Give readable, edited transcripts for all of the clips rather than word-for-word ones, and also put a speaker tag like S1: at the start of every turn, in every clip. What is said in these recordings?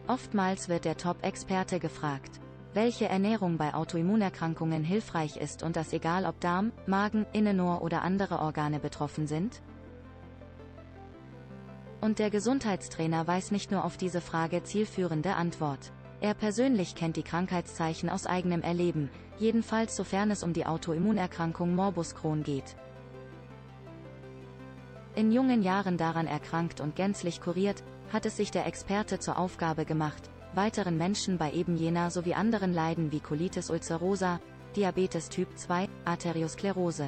S1: Oftmals wird der Top-Experte gefragt, welche Ernährung bei Autoimmunerkrankungen hilfreich ist und das egal ob Darm, Magen, Innenohr oder andere Organe betroffen sind? Und der Gesundheitstrainer weiß nicht nur auf diese Frage zielführende Antwort. Er persönlich kennt die Krankheitszeichen aus eigenem Erleben, jedenfalls sofern es um die Autoimmunerkrankung Morbus Crohn geht. In jungen Jahren daran erkrankt und gänzlich kuriert, hat es sich der Experte zur Aufgabe gemacht, weiteren Menschen bei eben jener sowie anderen Leiden wie Colitis ulcerosa, Diabetes Typ 2, Arteriosklerose,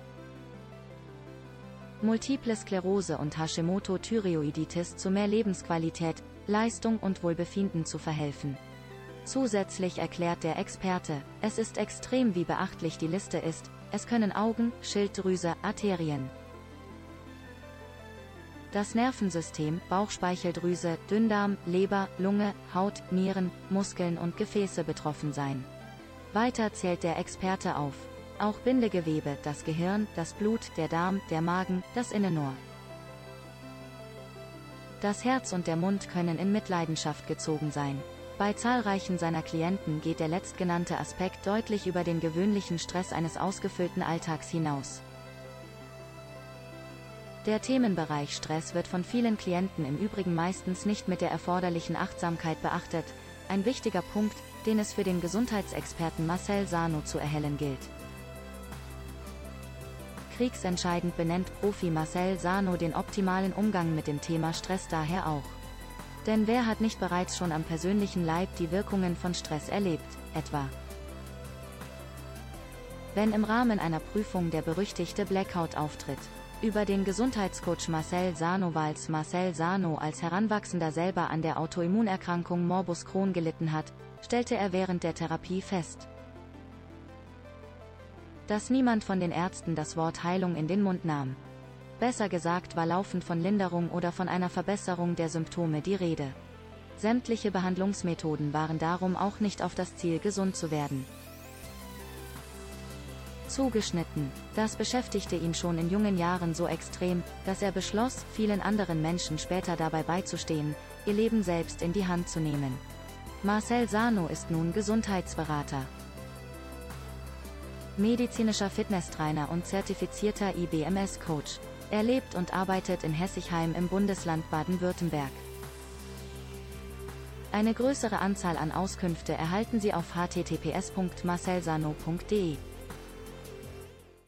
S1: Multiple Sklerose und Hashimoto-Thyreoiditis zu mehr Lebensqualität, Leistung und Wohlbefinden zu verhelfen. Zusätzlich erklärt der Experte, es ist extrem, wie beachtlich die Liste ist, es können Augen, Schilddrüse, Arterien, das Nervensystem, Bauchspeicheldrüse, Dünndarm, Leber, Lunge, Haut, Nieren, Muskeln und Gefäße betroffen sein. Weiter zählt der Experte auf: auch Bindegewebe, das Gehirn, das Blut, der Darm, der Magen, das Innenohr, das Herz und der Mund können in Mitleidenschaft gezogen sein. Bei zahlreichen seiner Klienten geht der letztgenannte Aspekt deutlich über den gewöhnlichen Stress eines ausgefüllten Alltags hinaus. Der Themenbereich Stress wird von vielen Klienten im Übrigen meistens nicht mit der erforderlichen Achtsamkeit beachtet, ein wichtiger Punkt, den es für den Gesundheitsexperten Marcel Sarno zu erhellen gilt. Kriegsentscheidend benennt Profi Marcel Sarno den optimalen Umgang mit dem Thema Stress daher auch. Denn wer hat nicht bereits schon am persönlichen Leib die Wirkungen von Stress erlebt, etwa wenn im Rahmen einer Prüfung der berüchtigte Blackout auftritt. Über den Gesundheitscoach Marcel Sarno, weil Marcel Sarno als Heranwachsender selber an der Autoimmunerkrankung Morbus Crohn gelitten hat, stellte er während der Therapie fest, dass niemand von den Ärzten das Wort Heilung in den Mund nahm. Besser gesagt war laufend von Linderung oder von einer Verbesserung der Symptome die Rede. Sämtliche Behandlungsmethoden waren darum auch nicht auf das Ziel, gesund zu werden, zugeschnitten. Das beschäftigte ihn schon in jungen Jahren so extrem, dass er beschloss, vielen anderen Menschen später dabei beizustehen, ihr Leben selbst in die Hand zu nehmen. Marcel Sarno ist nun Gesundheitsberater, medizinischer Fitnesstrainer und zertifizierter IBMS-Coach. Er lebt und arbeitet in Hessigheim im Bundesland Baden-Württemberg. Eine größere Anzahl an Auskünfte erhalten Sie auf https://marcelsarno.de.